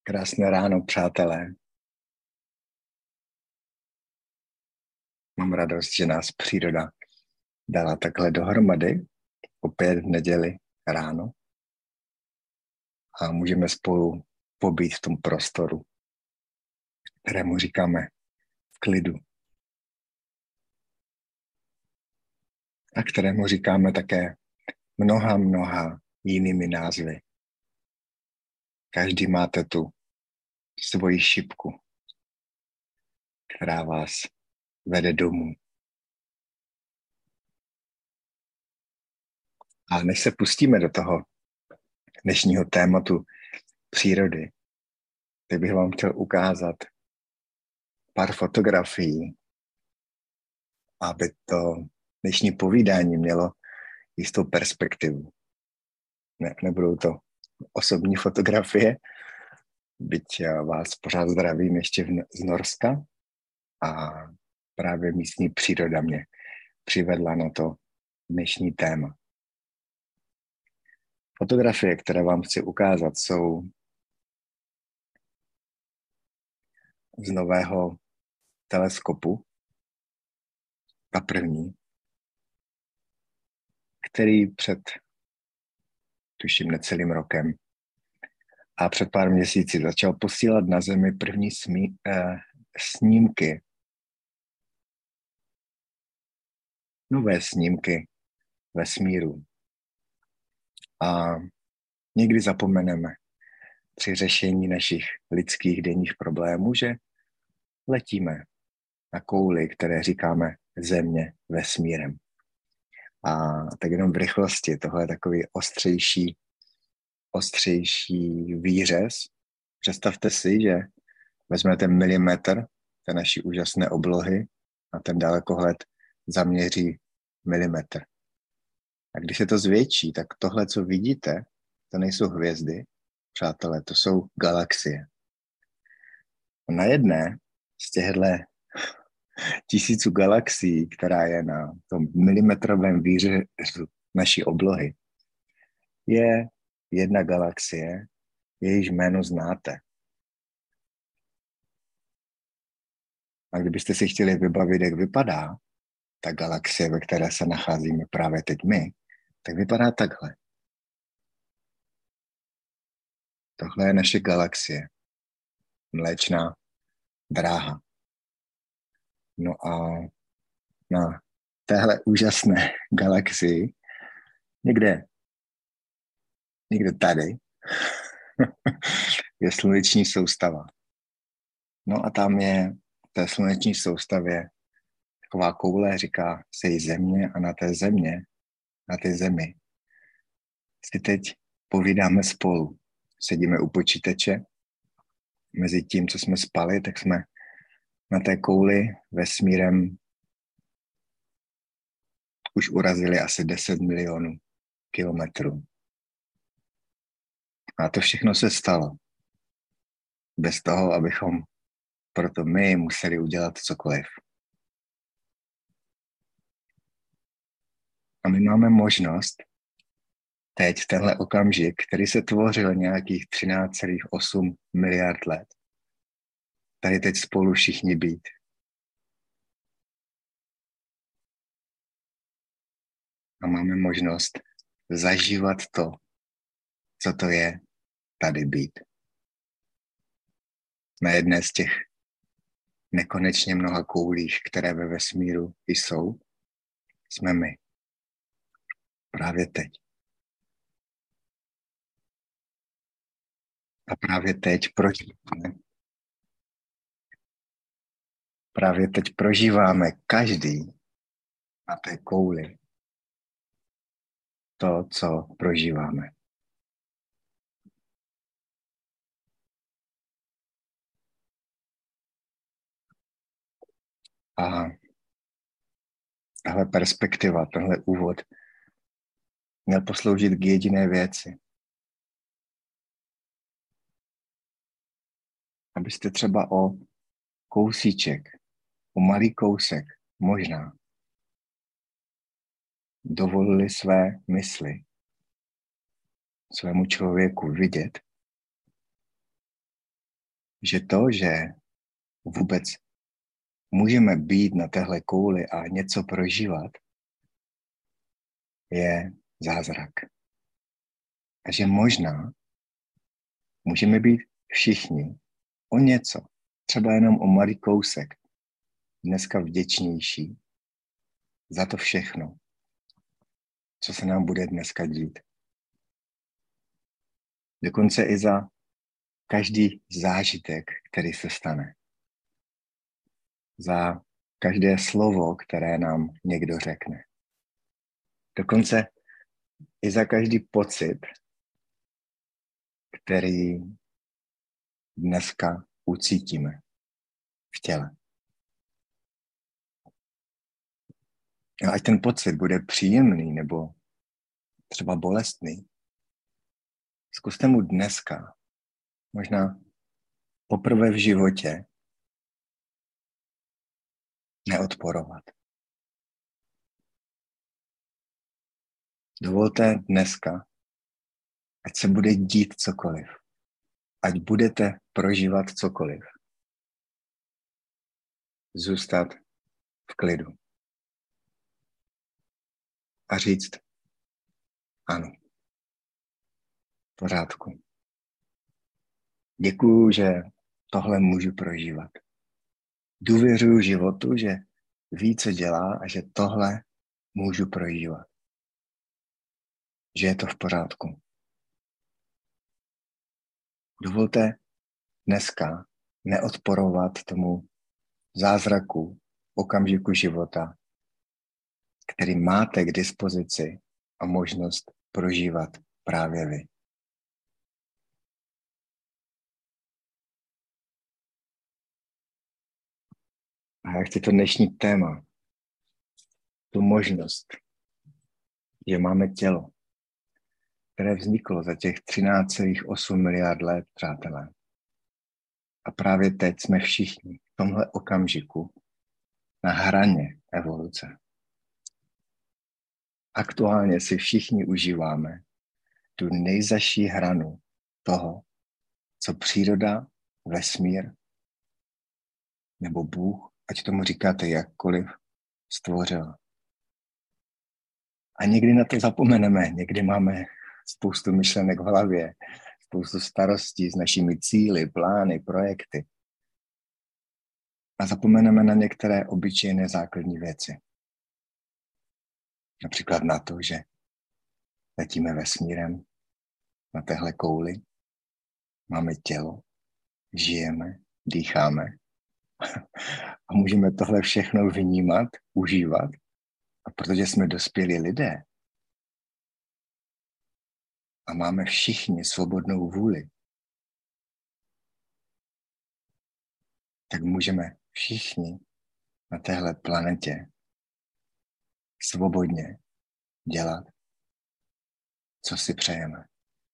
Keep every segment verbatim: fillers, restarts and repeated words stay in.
Krásné ráno, přátelé. Mám radost, že nás příroda dala takhle dohromady, opět v neděli ráno a můžeme spolu pobít v tom prostoru, kterému říkáme v klidu a kterému říkáme také mnoha, mnoha jinými názvy. Každý máte tu svoji šipku, která vás vede domů. A než se pustíme do toho dnešního tématu přírody, tak bych vám chtěl ukázat pár fotografií, aby to dnešní povídání mělo jistou perspektivu. Ne, nebudou to osobní fotografie, byť vás pořád zdravím ještě z Norska a právě místní příroda mě přivedla na to dnešní téma. Fotografie, které vám chci ukázat, jsou z nového teleskopu, ta první, který před, tuším, necelým rokem a před pár měsíci začal posílat na Zemi první smí, eh, snímky, nové snímky vesmíru. A někdy zapomeneme při řešení našich lidských denních problémů, že letíme na kouli, které říkáme Země vesmírem. A tak jenom v rychlosti, tohle je takový ostřejší, ostřejší výřez. Představte si, že vezmete milimetr té naší úžasné oblohy a ten dalekohled zaměří milimetr. A když se to zvětší, tak tohle, co vidíte, to nejsou hvězdy, přátelé, to jsou galaxie. A na jedné z těchto tisíců galaxií, která je na tom milimetrovém výřezu naší oblohy, je jedna galaxie, jejíž jméno znáte. A kdybyste si chtěli vybavit, jak vypadá ta galaxie, ve které se nacházíme právě teď my, tak vypadá takhle. Tohle je naše galaxie. Mléčná dráha. No a na téhle úžasné galaxii někde, někde tady je sluneční soustava. No a tam je v té sluneční soustavě taková koule, říká se jí Země, a na té země, na té zemi si teď povídáme spolu. Sedíme u počítače, mezi tím, co jsme spali, tak jsme na té kouli vesmírem už urazili asi deset milionů kilometrů. A to všechno se stalo. Bez toho, abychom proto my museli udělat cokoliv. A my máme možnost teď v tenhle okamžik, který se tvořil nějakých třináct celá osm miliard let, tady teď spolu všichni být. A máme možnost zažívat to, co to je tady být. Na jedné z těch nekonečně mnoha koulích, které ve vesmíru jsou, jsme my. Právě teď. A právě teď prožíváme. Právě teď prožíváme každý na té kouli to, co prožíváme. A tahle perspektiva, tenhle úvod měl posloužit k jediné věci. Abyste třeba o kousíček, o malý kousek, možná, dovolili své mysli, svému člověku vidět, že to, že vůbec můžeme být na téhle kouli a něco prožívat, je zázrak. A že možná můžeme být všichni o něco, třeba jenom o malý kousek, dneska vděčnější za to všechno, co se nám bude dneska dít. Dokonce i za každý zážitek, který se stane. Za každé slovo, které nám někdo řekne. Dokonce i za každý pocit, který dneska ucítíme v těle. A ať ten pocit bude příjemný nebo třeba bolestný, zkuste mu dneska, možná poprvé v životě, neodporovat. Dovolte dneska, ať se bude dít cokoliv. Ať budete prožívat cokoliv. Zůstat v klidu. A říct ano. V pořádku. Děkuju, že tohle můžu prožívat. Důvěřuju životu, že ví, co dělá a že tohle můžu prožívat. Že je to v pořádku. Dovolte dneska neodporovat tomu zázraku, okamžiku života, který máte k dispozici a možnost prožívat právě vy. A já chci to dnešní téma, tu možnost, že máme tělo, které vzniklo za těch třináct celá osm miliard let, přátelé. A právě teď jsme všichni v tomhle okamžiku na hraně evoluce. Aktuálně si všichni užíváme tu nejzaší hranu toho, co příroda, vesmír nebo Bůh, ať tomu říkáte jakkoliv, stvořila. A někdy na to zapomeneme, někdy máme spoustu myšlenek v hlavě, spoustu starostí s našimi cíli, plány, projekty. A zapomeneme na některé obyčejné základní věci. Například na to, že letíme vesmírem na téhle kouli, máme tělo, žijeme, dýcháme a můžeme tohle všechno vnímat, užívat. A protože jsme dospělí lidé a máme všichni svobodnou vůli, tak můžeme všichni na téhle planetě svobodně dělat, co si přejeme.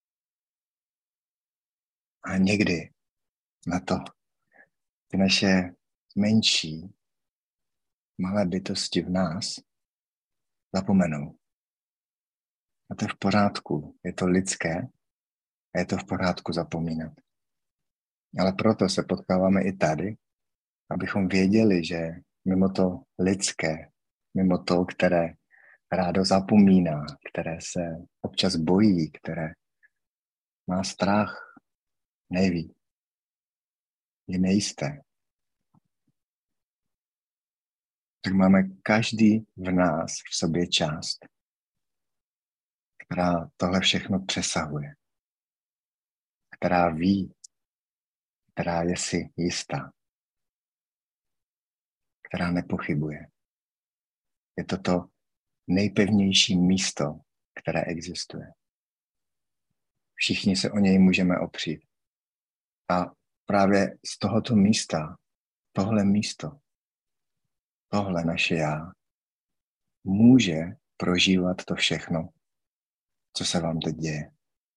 A někdy na to ty naše menší, malé bytosti v nás zapomenou. A to je v pořádku, je to lidské a je to v pořádku zapomínat. Ale proto se potkáváme i tady, abychom věděli, že mimo to lidské, mimo to, které rádo zapomíná, které se občas bojí, které má strach, neví, je nejisté. Tak máme každý v nás v sobě část, která tohle všechno přesahuje, která ví, která je si jistá, která nepochybuje. Je to to nejpevnější místo, které existuje. Všichni se o něj můžeme opřít. A právě z tohoto místa, tohle místo, tohle naše já, může prožívat to všechno, co se vám teď děje.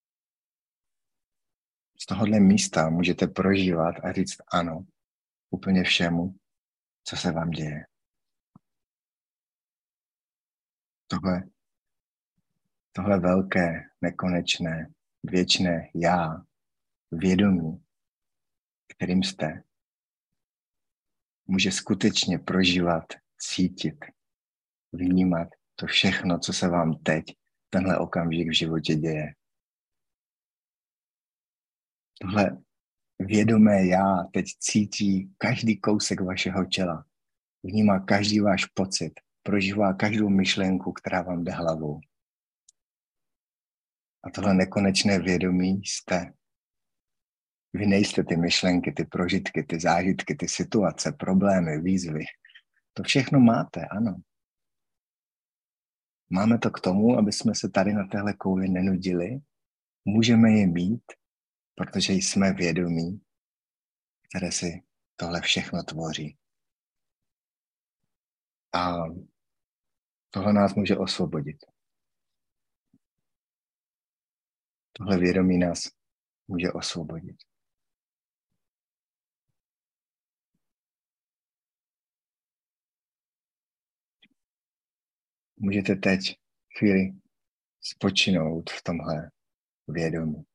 Z tohohle místa můžete prožívat a říct ano úplně všemu, co se vám děje. Tohle, tohle velké, nekonečné, věčné já, vědomí, kterým jste, může skutečně prožívat, cítit, vnímat to všechno, co se vám teď, tenhle okamžik v životě děje. Tohle vědomé já teď cítí každý kousek vašeho těla. Vnímá každý váš pocit, prožívá každou myšlenku, která vám jde hlavou. A tohle nekonečné vědomí jste. Vy nejste ty myšlenky, ty prožitky, ty zážitky, ty situace, problémy, výzvy. To všechno máte, ano. Máme to k tomu, aby jsme se tady na téhle kouli nenudili. Můžeme je mít, protože jsme vědomí, které si tohle všechno tvoří. A tohle nás může osvobodit. Tohle vědomí nás může osvobodit. Můžete teď chvíli spočinout v tomhle vědomí.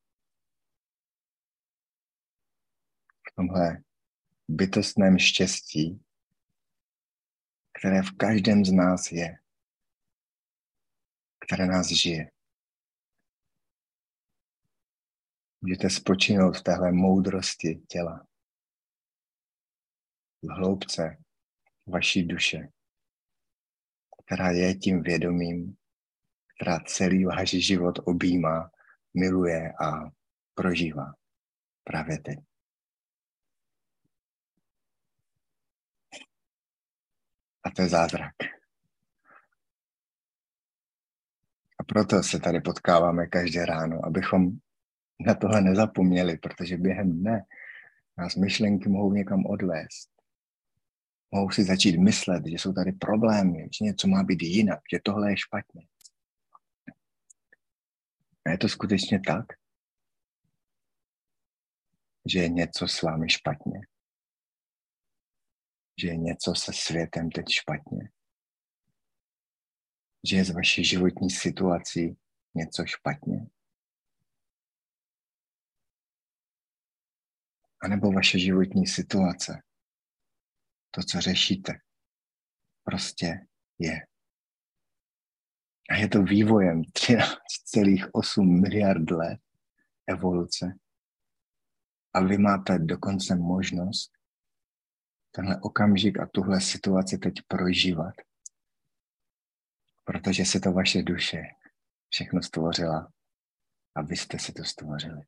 V tomhle bytostném štěstí, které v každém z nás je, které nás žije. Můžete spočinout v téhle moudrosti těla, v hloubce vaší duše, která je tím vědomím, která celý váš život objímá, miluje a prožívá právě teď. A to je zázrak. A proto se tady potkáváme každé ráno, abychom na tohle nezapomněli, protože během dne nás myšlenky mohou někam odvést. Mohou si začít myslet, že jsou tady problémy, že něco má být jinak, že tohle je špatně. A je to skutečně tak, že je něco s vámi špatně. Že je něco se světem teď špatně. Že je z vaší životní situací něco špatně. A nebo vaše životní situace, to, co řešíte, prostě je. A je to vývojem třináct celá osm miliard let evoluce. A vy máte dokonce možnost tenhle okamžik a tuhle situaci teď prožívat, protože si to vaše duše všechno stvořila a vy jste si to stvořili.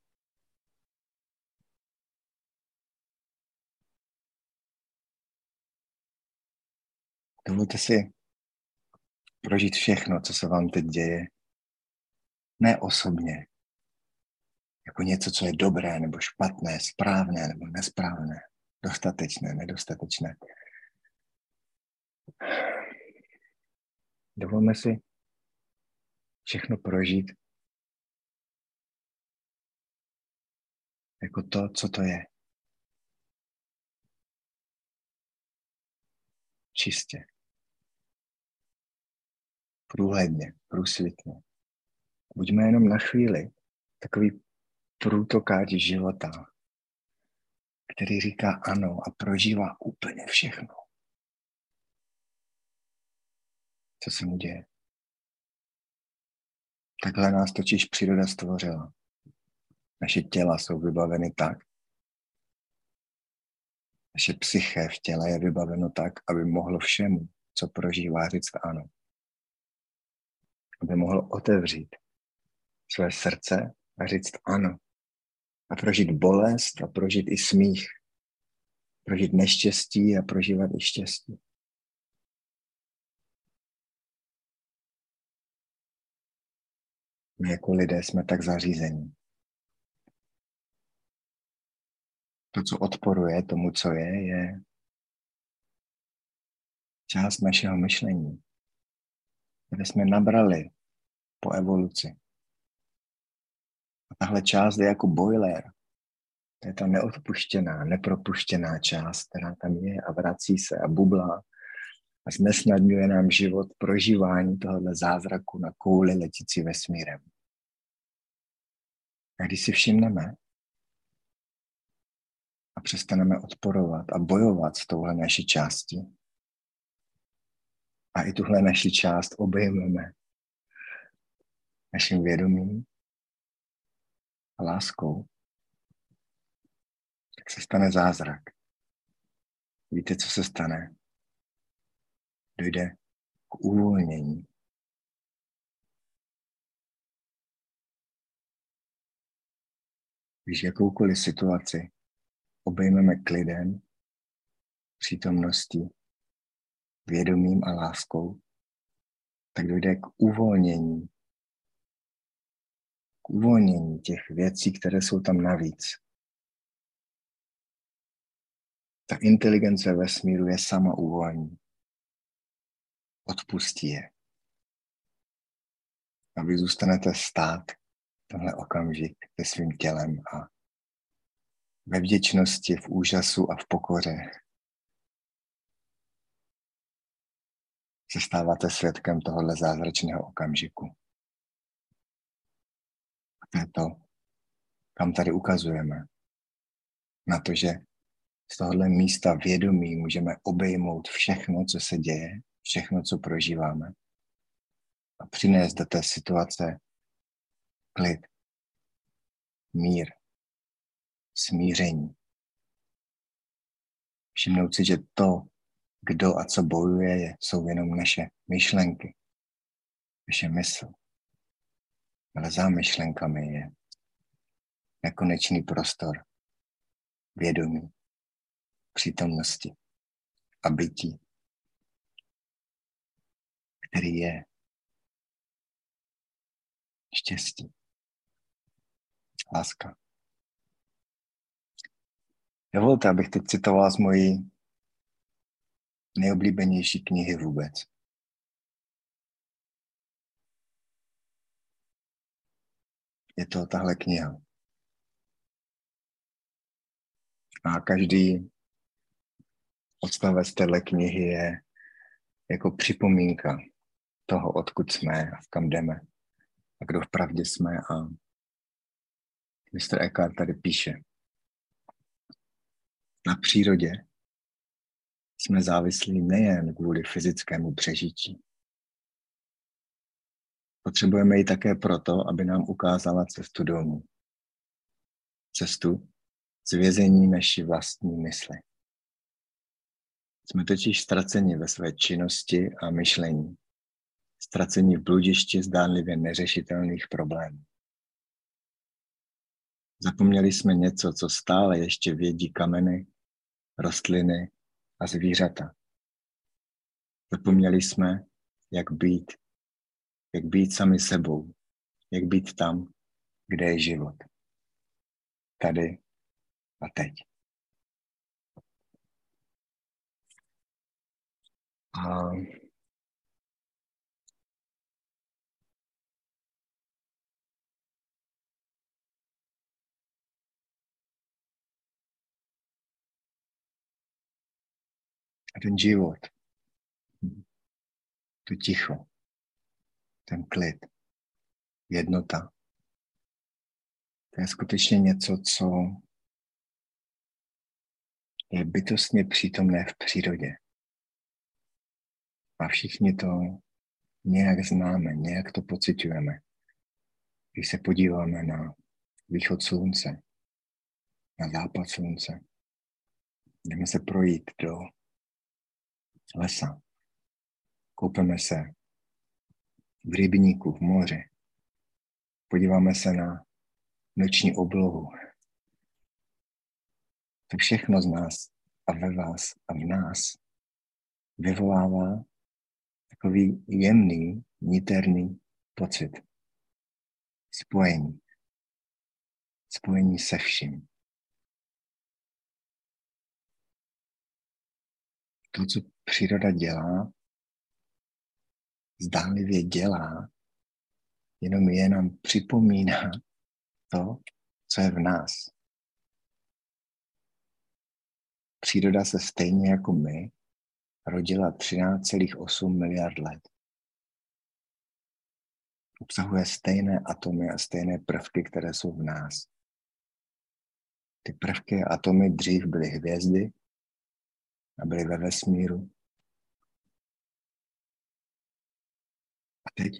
Dovolte si prožít všechno, co se vám teď děje. Ne osobně, jako něco, co je dobré nebo špatné, správné nebo nesprávné, dostatečné, nedostatečné. Dovolme si všechno prožít jako to, co to je. Čistě. Průhledně, průsvitně. Buďme jenom na chvíli takový průtokáč života, který říká ano a prožívá úplně všechno, co se mu děje. Takhle nás totiž příroda stvořila. Naše těla jsou vybaveny tak, naše psyché v těle je vybaveno tak, aby mohlo všemu, co prožívá, říct ano. Aby mohlo otevřít své srdce a říct ano. A prožít bolest a prožít i smích. Prožít neštěstí a prožívat i štěstí. My jako lidé jsme tak zařízení. To, co odporuje tomu, co je, je část našeho myšlení, které jsme nabrali po evoluci. A tahle část je jako boiler. To je ta neodpuštěná, nepropuštěná část, která tam je a vrací se a bublá a znesnadňuje nám život prožívání tohohle zázraku na kouli letící vesmírem. A když si všimneme a a přestaneme odporovat a bojovat s touhle naší částí. A i tuhle naši část obejmeme naším vědomím a láskou, tak se stane zázrak. Víte, co se stane? Dojde k uvolnění. Když jakoukoliv situaci obejmeme klidem, přítomností, vědomím a láskou, tak dojde k uvolnění. K uvolnění těch věcí, které jsou tam navíc. Ta inteligence vesmíru je sama uvolní. Odpustí je. A vy zůstanete stát tenhle okamžik se svým tělem a ve vděčnosti, v úžasu a v pokoře se stáváte svědkem tohohle zázračného okamžiku. A to je to, kam tady ukazujeme. Na to, že z tohohle místa vědomí můžeme obejmout všechno, co se děje, všechno, co prožíváme a přinést do té situace klid, mír, smíření. Všimnout si, že to, kdo a co bojuje, jsou jenom naše myšlenky, naše mysl. Ale za myšlenkami je nekonečný prostor vědomí, přítomnosti a bytí, který je štěstí, láska. Dovolte, abych teď citoval z mojí nejoblíbenější knihy vůbec. Je to tahle kniha. A každý odstavec téhle knihy je jako připomínka toho, odkud jsme a kam jdeme a kdo vpravdě jsme. A mister Eckhart tady píše: na přírodě jsme závislí nejen kvůli fyzickému přežití. Potřebujeme ji také proto, aby nám ukázala cestu domů. Cestu z vězení naší vlastní mysli. Jsme totiž ztraceni ve své činnosti a myšlení. Ztraceni v bludišti zdánlivě neřešitelných problémů. Zapomněli jsme něco, co stále ještě vědí kameny, rostliny a zvířata. Zapomněli jsme, jak být, jak být sami sebou, jak být tam, kde je život. Tady a teď. A ten život, to ticho, ten klid, jednota, to je skutečně něco, co je bytostně přítomné v přírodě. A všichni to nějak známe, nějak to pociťujeme. Když se podíváme na východ slunce, na západ slunce, jdeme se projít do lesa, koupeme se v rybníku, v moři, podíváme se na noční oblohu. To všechno z nás a ve vás a v nás vyvolává takový jemný, niterný pocit spojení. Spojení se vším. To, co příroda dělá, zdánlivě dělá, jenom je nám připomíná to, co je v nás. Příroda se stejně jako my rodila třináct celá osm miliard let. Obsahuje stejné atomy a stejné prvky, které jsou v nás. Ty prvky a atomy dřív byly hvězdy a byly ve vesmíru. A teď?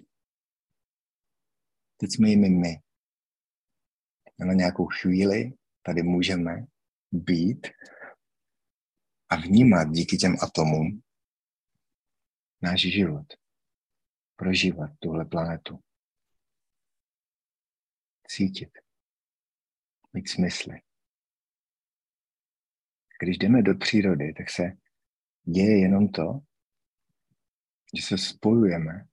Teď jsme jimi my. A na nějakou chvíli tady můžeme být a vnímat díky těm atomům náš život. Prožívat tuhle planetu. Cítit. Mít smysly. Když jdeme do přírody, tak se děje jenom to, že se spojujeme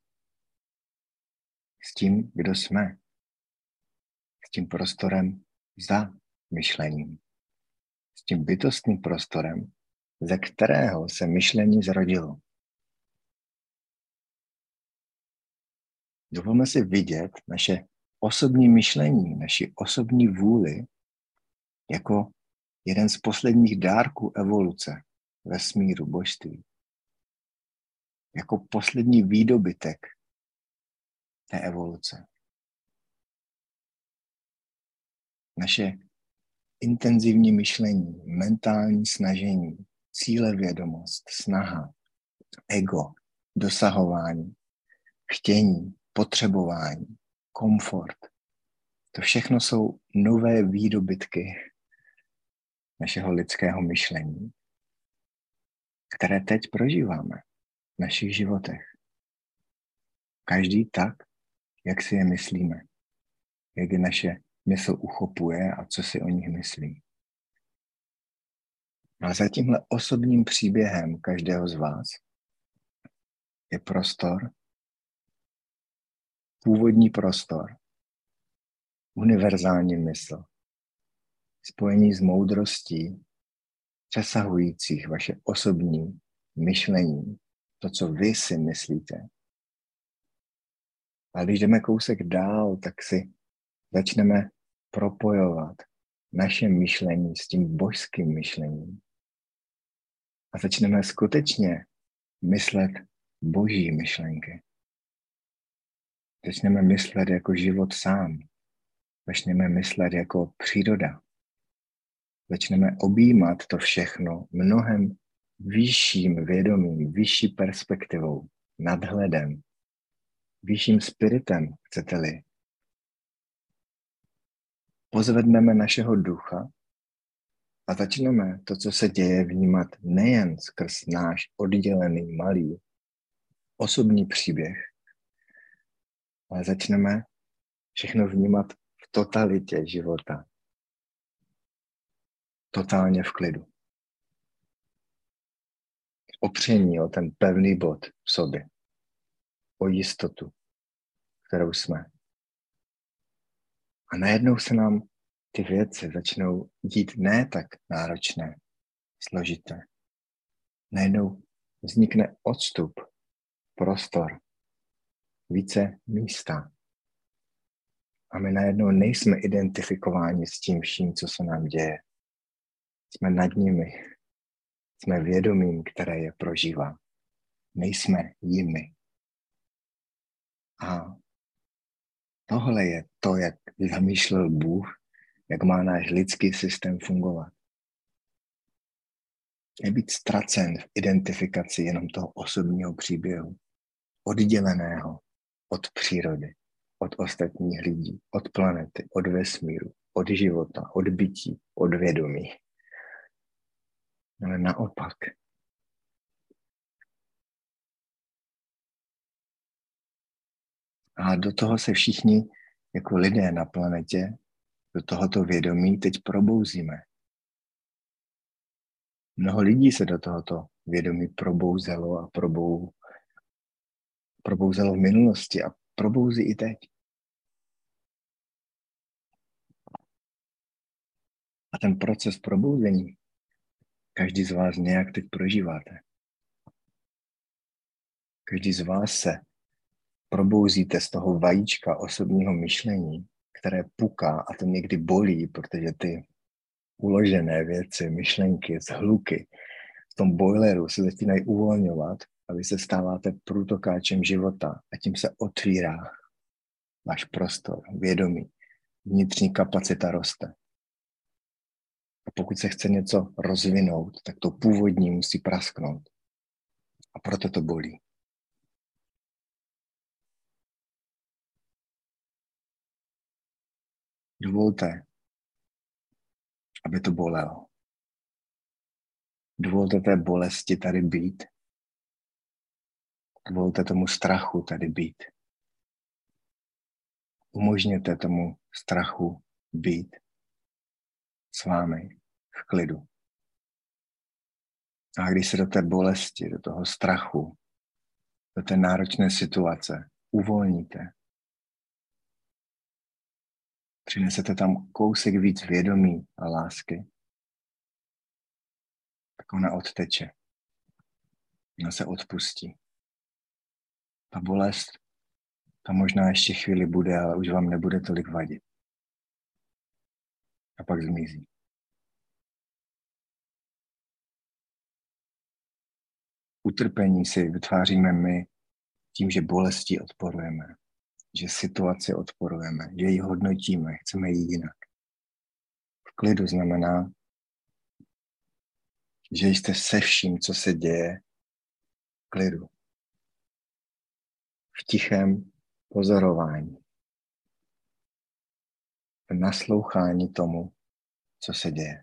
s tím, kdo jsme. S tím prostorem za myšlením. S tím bytostným prostorem, ze kterého se myšlení zrodilo. Dovolme si vidět naše osobní myšlení, naši osobní vůli jako jeden z posledních dárků evoluce, vesmíru, božství. Jako poslední výdobytek té evoluce. Naše intenzivní myšlení, mentální snažení, cílevědomost, snaha, ego, dosahování, chtění, potřebování, komfort. To všechno jsou nové výdobytky našeho lidského myšlení, které teď prožíváme v našich životech. Každý tak, jak si je myslíme. Jak je naše mysl uchopuje a co si o nich myslí. Ale za tímhle osobním příběhem každého z vás je prostor, původní prostor, univerzální mysl, spojení s moudrostí, přesahujících vaše osobní myšlení, to, co vy si myslíte. A když jdeme kousek dál, tak si začneme propojovat naše myšlení s tím božským myšlením. A začneme skutečně myslet boží myšlenky. Začneme myslet jako život sám. Začneme myslet jako příroda. Začneme objímat to všechno mnohem vyšším vědomím, vyšší perspektivou, nadhledem, vyšším spiritem, chcete-li. Pozvedneme našeho ducha a začneme to, co se děje, vnímat nejen skrz náš oddělený, malý, osobní příběh, ale začneme všechno vnímat v totalitě života. Totálně v klidu. Opření o ten pevný bod v sobě. O jistotu, kterou jsme. A najednou se nám ty věci začnou dít ne tak náročné, složité. Najednou vznikne odstup, prostor, více místa. A my najednou nejsme identifikováni s tím vším, co se nám děje. Jsme nad nimi. Jsme vědomím, které je prožívá. Nejsme jimi. A tohle je to, jak zamýšlel Bůh, jak má náš lidský systém fungovat. Nebýt ztracen v identifikaci jenom toho osobního příběhu, odděleného od přírody, od ostatních lidí, od planety, od vesmíru, od života, od bytí, od vědomí. Ale naopak. A do toho se všichni jako lidé na planetě, do tohoto vědomí teď probouzíme. Mnoho lidí se do tohoto vědomí probouzelo a probou, probouzelo v minulosti a probouzí i teď. A ten proces probouzení každý z vás nějak teď prožíváte. Každý z vás se probouzíte z toho vajíčka osobního myšlení, které puká a to někdy bolí, protože ty uložené věci, myšlenky, zhluky v tom boileru se začínají uvolňovat a vy se stáváte průtokáčem života a tím se otvírá váš prostor, vědomí, vnitřní kapacita roste. A pokud se chce něco rozvinout, tak to původní musí prasknout. A proto to bolí. Dovolte, aby to bolelo. Dovolte té bolesti tady být. Dovolte tomu strachu tady být. Umožněte tomu strachu být s vámi v klidu. A když se do té bolesti, do toho strachu, do té náročné situace uvolníte, přinesete tam kousek víc vědomí a lásky, tak ona odteče. Ona se odpustí. Ta bolest, ta možná ještě chvíli bude, ale už vám nebude tolik vadit. A pak zmizí. Utrpení si vytváříme my tím, že bolesti odporujeme, že situaci odporujeme, že ji hodnotíme, chceme ji jinak. V klidu znamená, že jste se vším, co se děje, v klidu. V tichém pozorování. V naslouchání tomu, co se děje.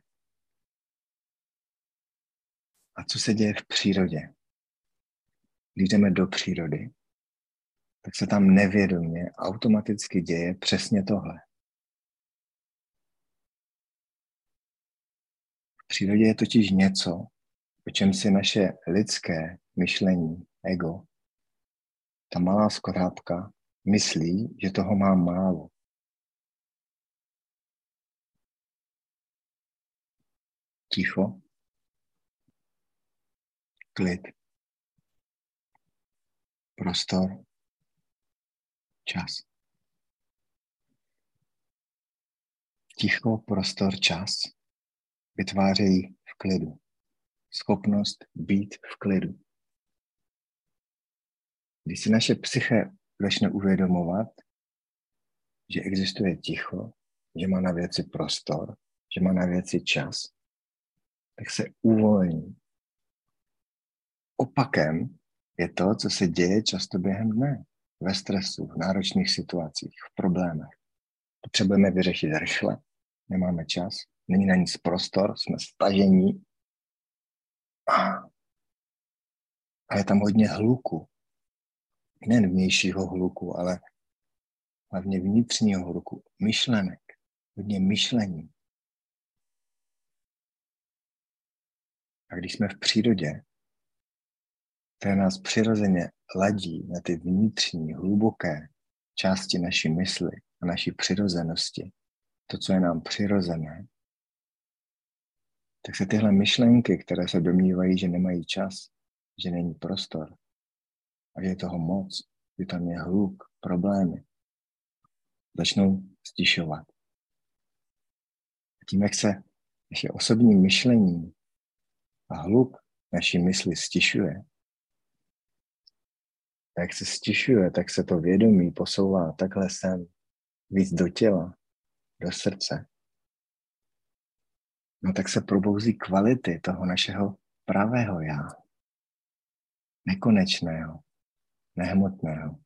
A co se děje v přírodě? Když jdeme do přírody, tak se tam nevědomě automaticky děje přesně tohle. V přírodě je totiž něco, o čem si naše lidské myšlení, ego, ta malá skorápka myslí, že toho má málo. Ticho, klid, prostor, čas. Ticho, prostor, čas vytvářejí v klidu. Schopnost být v klidu. Když si naše psyche začne uvědomovat, že existuje ticho, že má na věci prostor, že má na věci čas, tak se uvolní. Opakem je to, co se děje často během dne. Ve stresu, v náročných situacích, v problémech. Potřebujeme vyřešit rychle, nemáme čas, není na nic prostor, jsme stažení. A je tam hodně hluku. Nejen vnějšího hluku, ale hlavně vnitřního hluku. Myšlenek. Hodně myšlení. A když jsme v přírodě, které nás přirozeně ladí na ty vnitřní, hluboké části naší mysli a naší přirozenosti, to, co je nám přirozené, tak se tyhle myšlenky, které se domnívají, že nemají čas, že není prostor a že je toho moc, že tam je hluk, problémy, začnou stišovat. A tím, jak se naše osobní myšlení a hluk naší mysli stišuje, jak se stišuje, tak se to vědomí posouvá takhle sem, víc do těla, do srdce. No tak se probouzí kvality toho našeho pravého já. Nekonečného, nehmotného.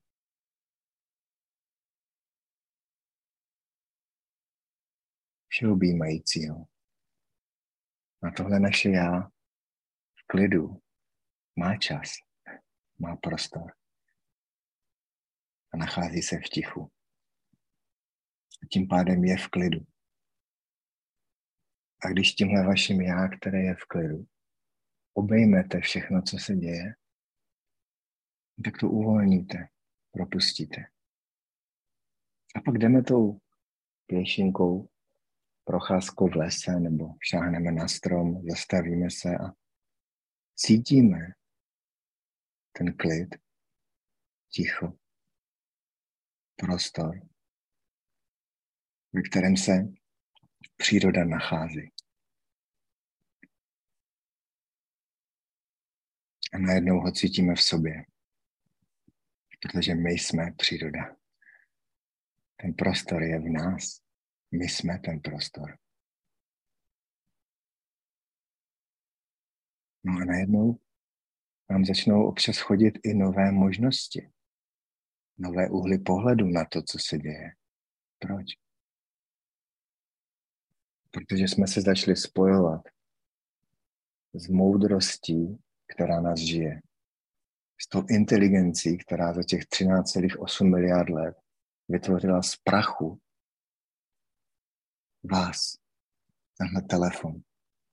Všeobjímajícího. A tohle naše já v klidu má čas, má prostor. A nachází se v tichu. A tím pádem je v klidu. A když tímhle vaším já, které je v klidu, obejmete všechno, co se děje, tak to uvolníte, propustíte. A pak jdeme tou pěšinkou, procházkou v lese, nebo šáhneme na strom, zastavíme se a cítíme ten klid, ticho, prostor, ve kterém se příroda nachází. A najednou ho cítíme v sobě, protože my jsme příroda. Ten prostor je v nás. My jsme ten prostor. No a najednou nám začnou občas chodit i nové možnosti, nové úhly pohledu na to, co se děje. Proč? Protože jsme se začali spojovat s moudrostí, která nás žije. S tou inteligencí, která za těch třináct celá osm miliard let vytvořila z prachu vás, tenhle telefon.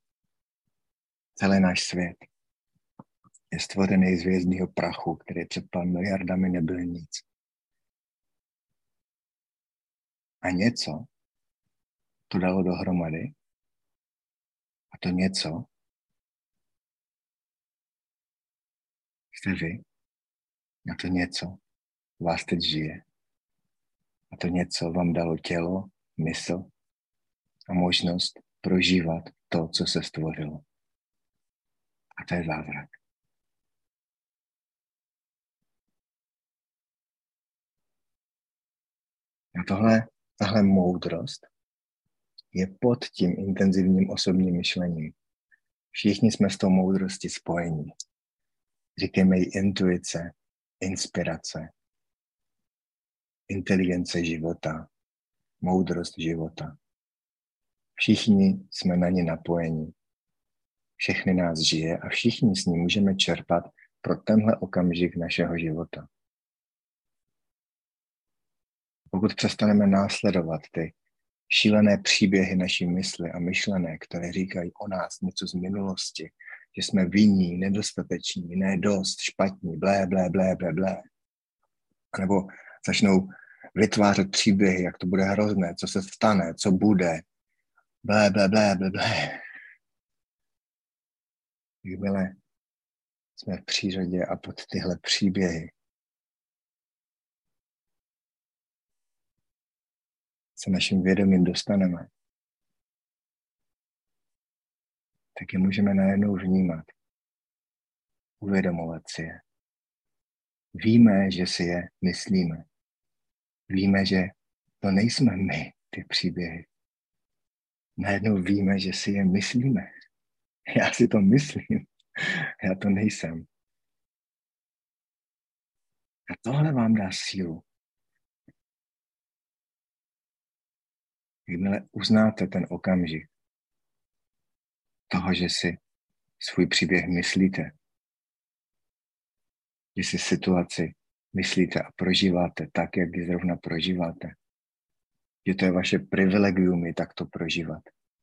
Celý náš svět je stvořený z hvězdného prachu, který před pár miliardami nebyl nic. A něco to dalo dohromady. A to něco jste vy. A to něco vás teď žije. A to něco vám dalo tělo, mysl a možnost prožívat to, co se stvořilo. A to je zázrak. A tohle, tahle moudrost je pod tím intenzivním osobním myšlením. Všichni jsme s tou moudrostí spojení. Říkejme jí intuice, inspirace, inteligence života, moudrost života. Všichni jsme na ně napojení. Všechny nás žije a všichni s ní můžeme čerpat pro tenhle okamžik našeho života. Pokud přestaneme následovat ty šílené příběhy naší mysli a myšlené, které říkají o nás něco z minulosti, že jsme vinní, nedostateční, ne dost, špatní, blé, blé, blé, blé, blé. A nebo začnou vytvářet příběhy, jak to bude hrozné, co se stane, co bude, blé, blé, blé, blé, blé. Jakmile jsme v přírodě a pod tyhle příběhy se naším vědomím dostaneme, tak je můžeme najednou vnímat, uvědomovat si je. Víme, že si je myslíme. Víme, že to nejsme my, ty příběhy. Najednou víme, že si je myslíme. Já si to myslím. Já to nejsem. A tohle vám dá sílu. Jakmile uznáte ten okamžik toho, že si svůj příběh myslíte, že si situaci myslíte a prožíváte tak, jak ji zrovna prožíváte, že to je vaše privilegium ji takto prožívat.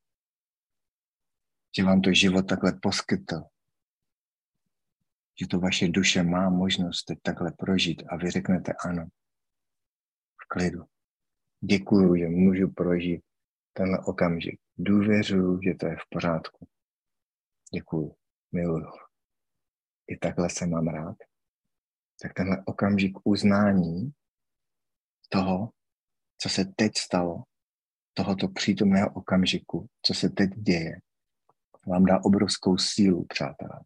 Že vám to život takhle poskytl. Že to vaše duše má možnost teď takhle prožít a vy řeknete ano. V klidu. Děkuju, že můžu prožít tenhle okamžik. Důvěřuju, že to je v pořádku. Děkuju. Miluju. I takhle se mám rád. Tak tenhle okamžik uznání toho, co se teď stalo, tohoto přítomného okamžiku, co se teď děje, vám dá obrovskou sílu, přátelé.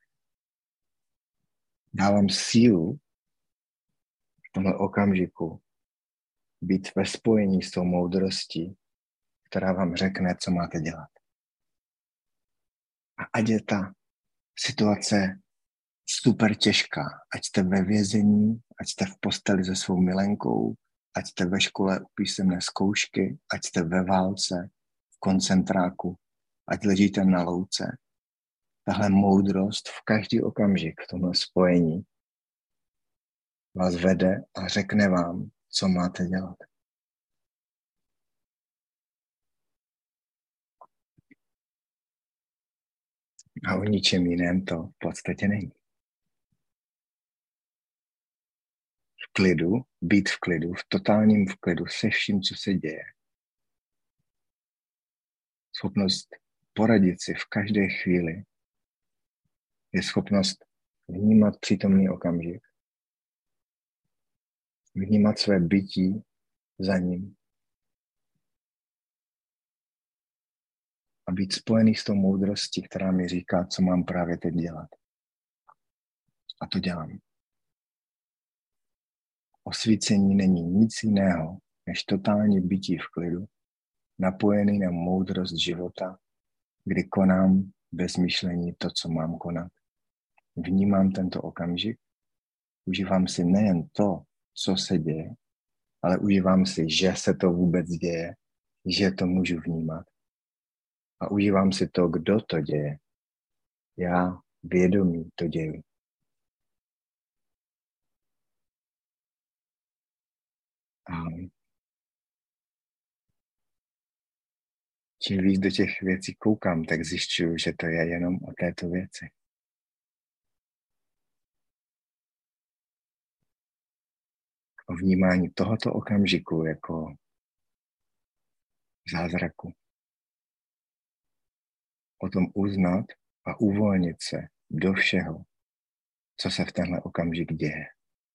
Dá vám sílu v tomhle okamžiku být ve spojení s tou moudrostí, která vám řekne, co máte dělat. A ať je ta situace super těžká, ať jste ve vězení, ať jste v posteli se svou milenkou, ať jste ve škole u písemné zkoušky, ať jste ve válce, v koncentráku, ať ležíte na louce. Tahle moudrost v každý okamžik v tomhle spojení vás vede a řekne vám, co máte dělat. A o ničem jiném to v podstatě není. V klidu, být v klidu, v totálním v klidu se vším, co se děje. Schopnost poradit si v každé chvíli je schopnost vnímat přítomný okamžik, vnímat své bytí za ním a být spojený s tou moudrostí, která mi říká, co mám právě teď dělat. A to dělám. Osvícení není nic jiného, než totální bytí v klidu, napojený na moudrost života, kdy konám bez myšlení to, co mám konat. Vnímám tento okamžik, užívám si nejen to, co se děje, ale užívám si, že se to vůbec děje, že to můžu vnímat. A užívám si to, kdo to děje. Já vědomí to děju. A čím víc do těch věcí koukám, tak zjišťuju, že to je jenom o této věci. O vnímání tohoto okamžiku jako zázraku. O tom uznat a uvolnit se do všeho, co se v tenhle okamžik děje.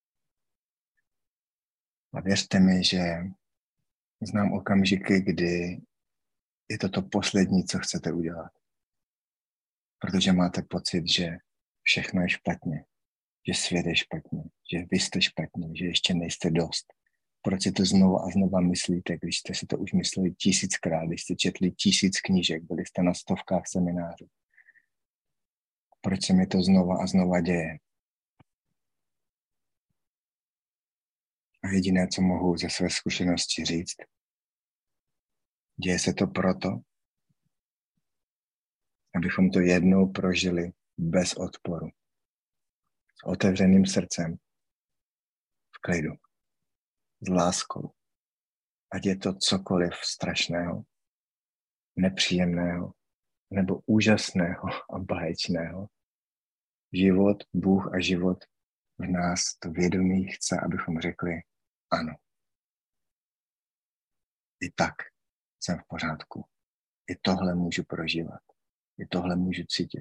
A věřte mi, že znám okamžiky, kdy je to to poslední, co chcete udělat. Protože máte pocit, že všechno je špatně, že svět je špatně, že vy jste špatně, že ještě nejste dost. Proč si to znovu a znova myslíte, když jste si to už mysleli tisíckrát, když jste četli tisíc knížek, byli jste na stovkách seminářů. Proč se mi to znova a znova děje? A jediné, co mohu ze své zkušenosti říct, děje se to proto, abychom to jednou prožili bez odporu. S otevřeným srdcem, v klidu, s láskou. Ať je to cokoliv strašného, nepříjemného, nebo úžasného a báječného. Život, Bůh a život v nás to vědomí chce, abychom řekli ano. I tak jsem v pořádku. I tohle můžu prožívat. I tohle můžu cítit.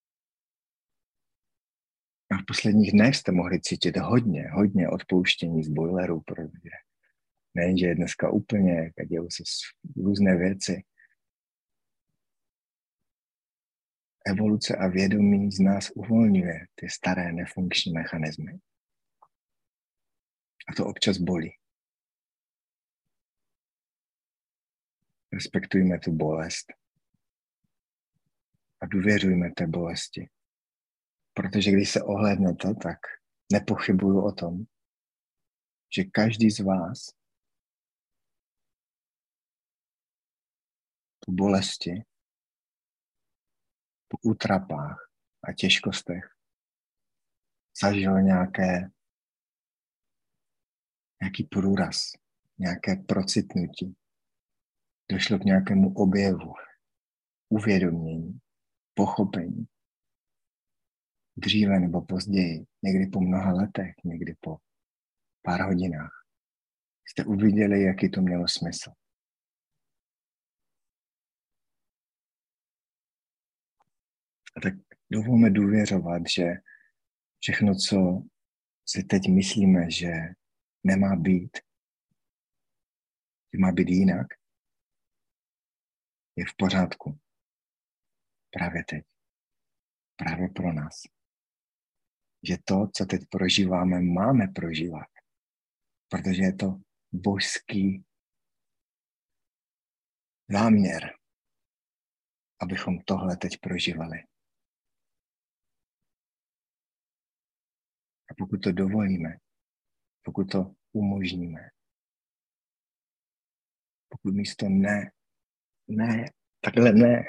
A v posledních dnech jste mohli cítit hodně, hodně odpouštění z boilerů, protože nejenže je dneska úplně, dějou se různé věci. Evoluce a vědomí z nás uvolňuje ty staré nefunkční mechanismy. A to občas bolí. Respektujme tu bolest a důvěřujme té bolesti. Protože když se ohlédnete, tak nepochybuju o tom, že každý z vás po bolesti, po útrapách a těžkostech zažil nějaké, nějaký průraz, nějaké procitnutí. Došlo k nějakému objevu, uvědomění, pochopení. Dříve nebo později, někdy po mnoha letech, někdy po pár hodinách, jste uviděli, jaký to mělo smysl. A tak dovolme důvěřovat, že všechno, co si teď myslíme, že nemá být, že má být jinak, je v pořádku. Právě teď. Právě pro nás. Že to, co teď prožíváme, máme prožívat. Protože je to božský záměr, abychom tohle teď prožívali. A pokud to dovolíme, pokud to umožníme, pokud místo ne, ne, takhle ne,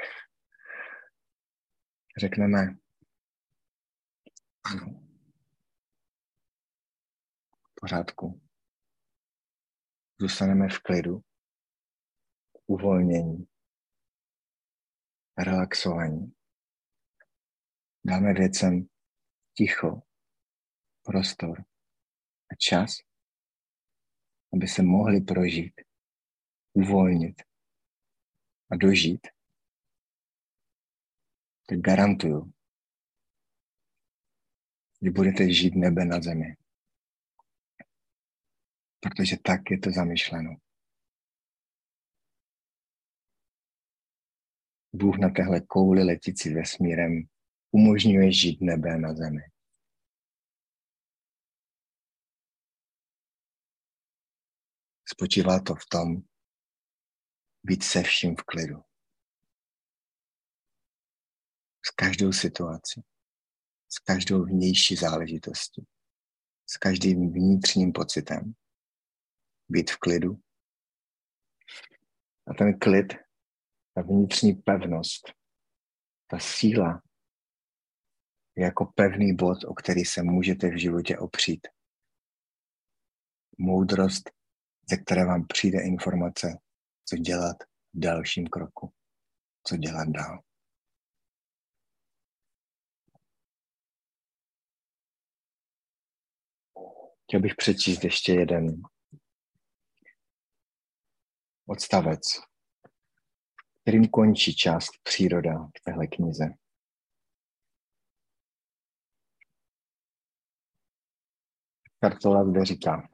řekneme ano, v pořádku. Zůstaneme v klidu, uvolnění, relaxovaní. Dáme věcem ticho, prostor a čas, aby se mohli prožít, uvolnit a dožít, tak garantuju, že budete žít nebe na zemi. Protože tak je to zamýšleno. Bůh na téhle kouli letící vesmírem umožňuje žít nebe na zemi. Spočívá to v tom, být se vším v klidu. s každou situací, s každou vnější záležitostí, s každým vnitřním pocitem. Být v klidu. A ten klid, ta vnitřní pevnost, ta síla je jako pevný bod, o který se můžete v životě opřít. Moudrost, ze které vám přijde informace, co dělat v dalším kroku, co dělat dál. Chtěl bych přečíst ještě jeden odstavec, kterým končí část příroda v téhle knize. Kartola zde říká: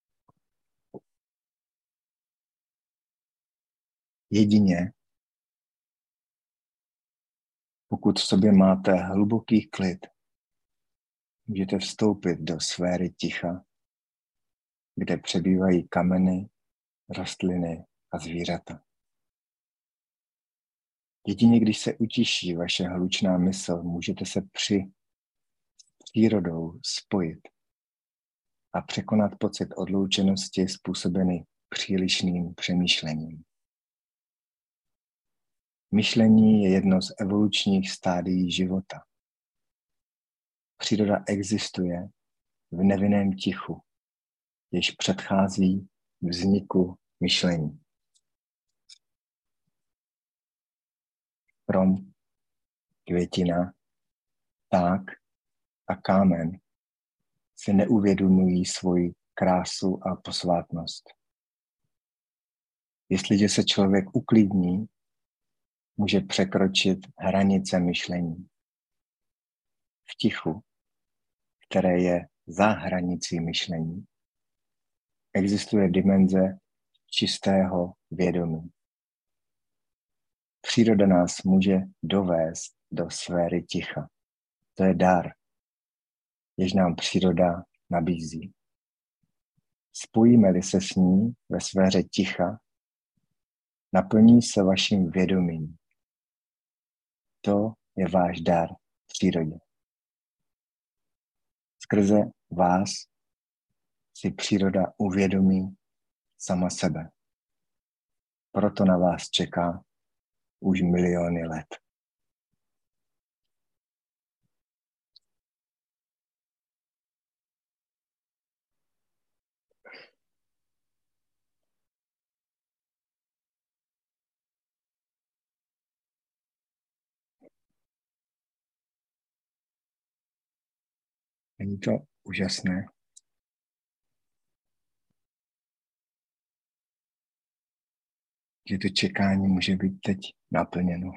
jedině, pokud v sobě máte hluboký klid, můžete vstoupit do sféry ticha, kde přebývají kameny, rostliny a zvířata. Jedině když se utiší vaše hlučná mysl, můžete se při přírodou spojit a překonat pocit odloučenosti způsobený přílišným přemýšlením. Myšlení je jedno z evolučních stádií života. Příroda existuje v nevinném tichu, jež předchází vzniku myšlení. Strom, květina, pták a kámen si neuvědomují svoji krásu a posvátnost. Jestliže se člověk uklidní, může překročit hranice myšlení. V tichu, které je za hranicí myšlení, existuje dimenze čistého vědomí. Příroda nás může dovést do sféry ticha. To je dar, jež nám příroda nabízí. Spojíme-li se s ní ve sféře ticha, naplní se vaším vědomím. To je váš dar přírodě. Skrze vás si příroda uvědomí sama sebe. Proto na vás čeká už miliony let. Není to úžasné? Že to čekání může být teď naplněno.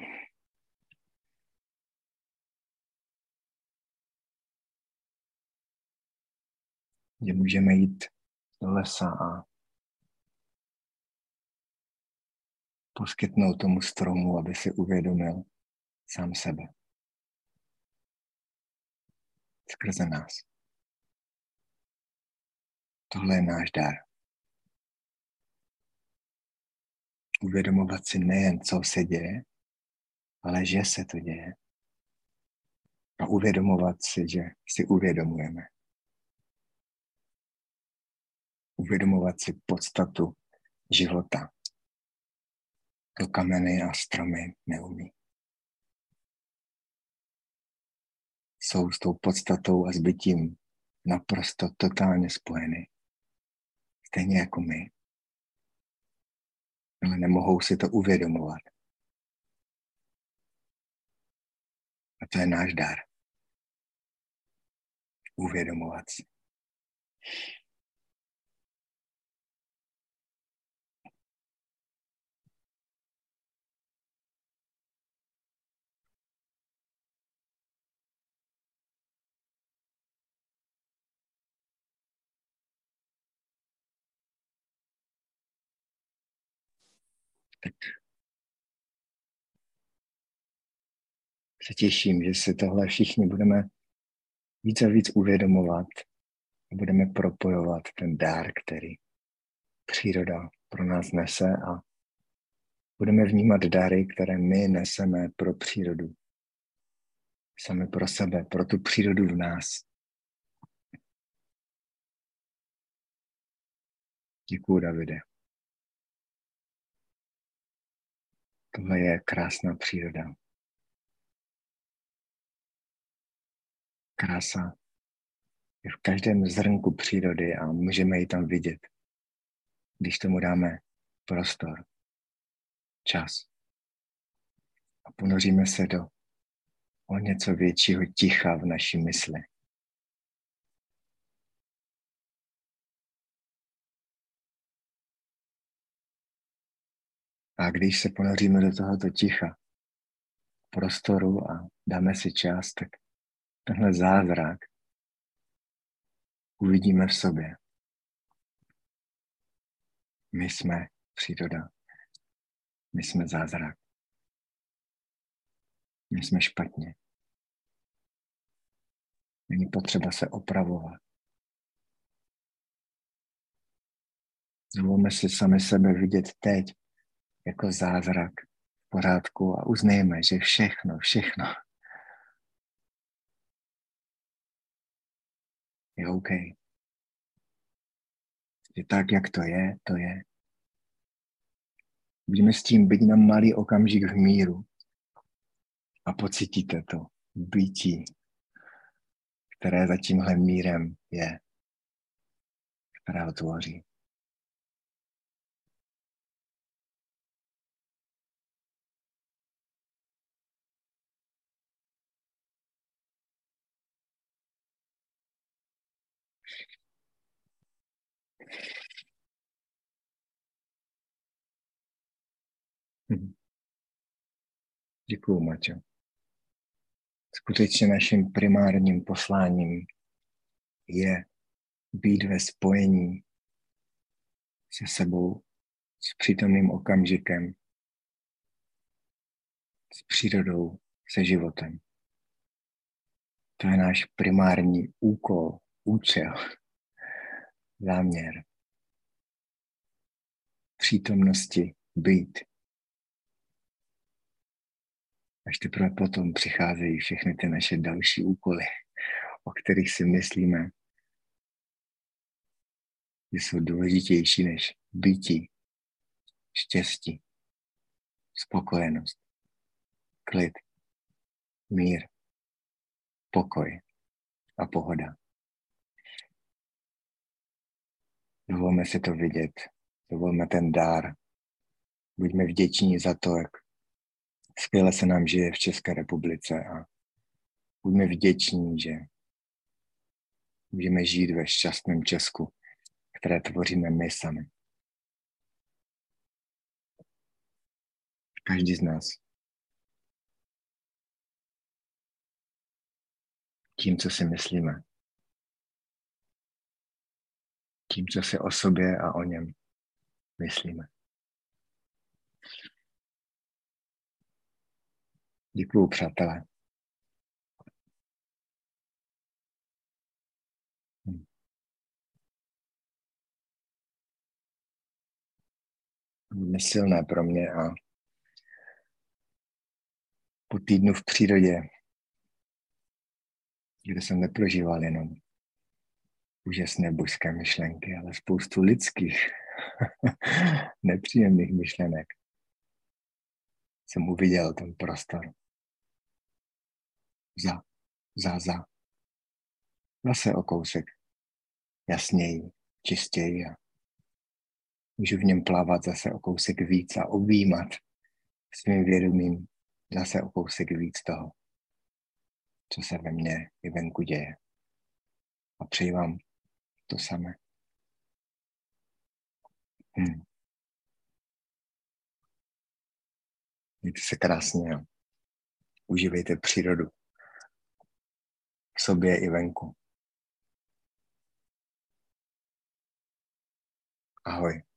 Že můžeme jít do lesa a poskytnout tomu stromu, aby si uvědomil sám sebe. Skrze nás. Tohle je náš dar. Uvědomovat si nejen, co se děje, ale že se to děje. A uvědomovat si, že si uvědomujeme. Uvědomovat si podstatu života. To kameny a stromy neumí. Jsou s tou podstatou a s bytím naprosto totálně spojeny. Stejně jako my. Ale nemohou si to uvědomovat. A to je náš dar. Uvědomovat si. Tak se těším, že si tohle všichni budeme víc a víc uvědomovat a budeme propojovat ten dár, který příroda pro nás nese a budeme vnímat dary, které my neseme pro přírodu. sami pro sebe, pro tu přírodu v nás. Děkuju, Davide. Tohle je krásná příroda. Krása je v každém zrnku přírody a můžeme ji tam vidět, když tomu dáme prostor, čas. A ponoříme se do o něco většího ticha v naší mysli. A když se ponoříme do tohoto ticha, prostoru a dáme si čas, tak tenhle zázrak uvidíme v sobě. My jsme příroda. My jsme zázrak. My jsme špatně. Není potřeba se opravovat. Dovolme si sami sebe vidět teď jako zázrak v pořádku a uznejme, že všechno, všechno je OK. Že tak, jak to je, to je. Budeme s tím být na malý okamžik v míru a pocítíte to bytí, které za tímhle mírem je, které ho tvoří. Hm. Děkuju, Maťo. Skutečně naším primárním posláním je být ve spojení se sebou, s přítomným okamžikem, s přírodou, se životem. To je náš primární úkol, účel, záměr. Přítomnosti být. Až teprve potom přicházejí všechny ty naše další úkoly, o kterých si myslíme, že jsou důležitější než bytí, štěstí, spokojenost, klid, mír, pokoj a pohoda. Dovolme si to vidět, dovolme ten dár. Buďme vděční za to, jak skvěle se nám žije v České republice a buďme vděční, že můžeme žít ve šťastném Česku, které tvoříme my sami. Každý z nás. Tím, co si myslíme. Tím, co si o sobě a o něm myslíme. Děkuju, přátelé. Hm. Hodně silné pro mě a po týdnu v přírodě, kde jsem neprožíval jenom úžasné božské myšlenky, ale spoustu lidských, nepříjemných myšlenek, jsem uviděl ten prostor. Za, za, za. Zase o kousek jasněji, čistěji a můžu v něm plavat zase o kousek víc a objímat svým vědomím zase o kousek víc toho, co se ve mně i venku děje. A přeji vám to samé. Hmm. Mějte se krásně a užívejte přírodu v sobě i venku. Ahoj.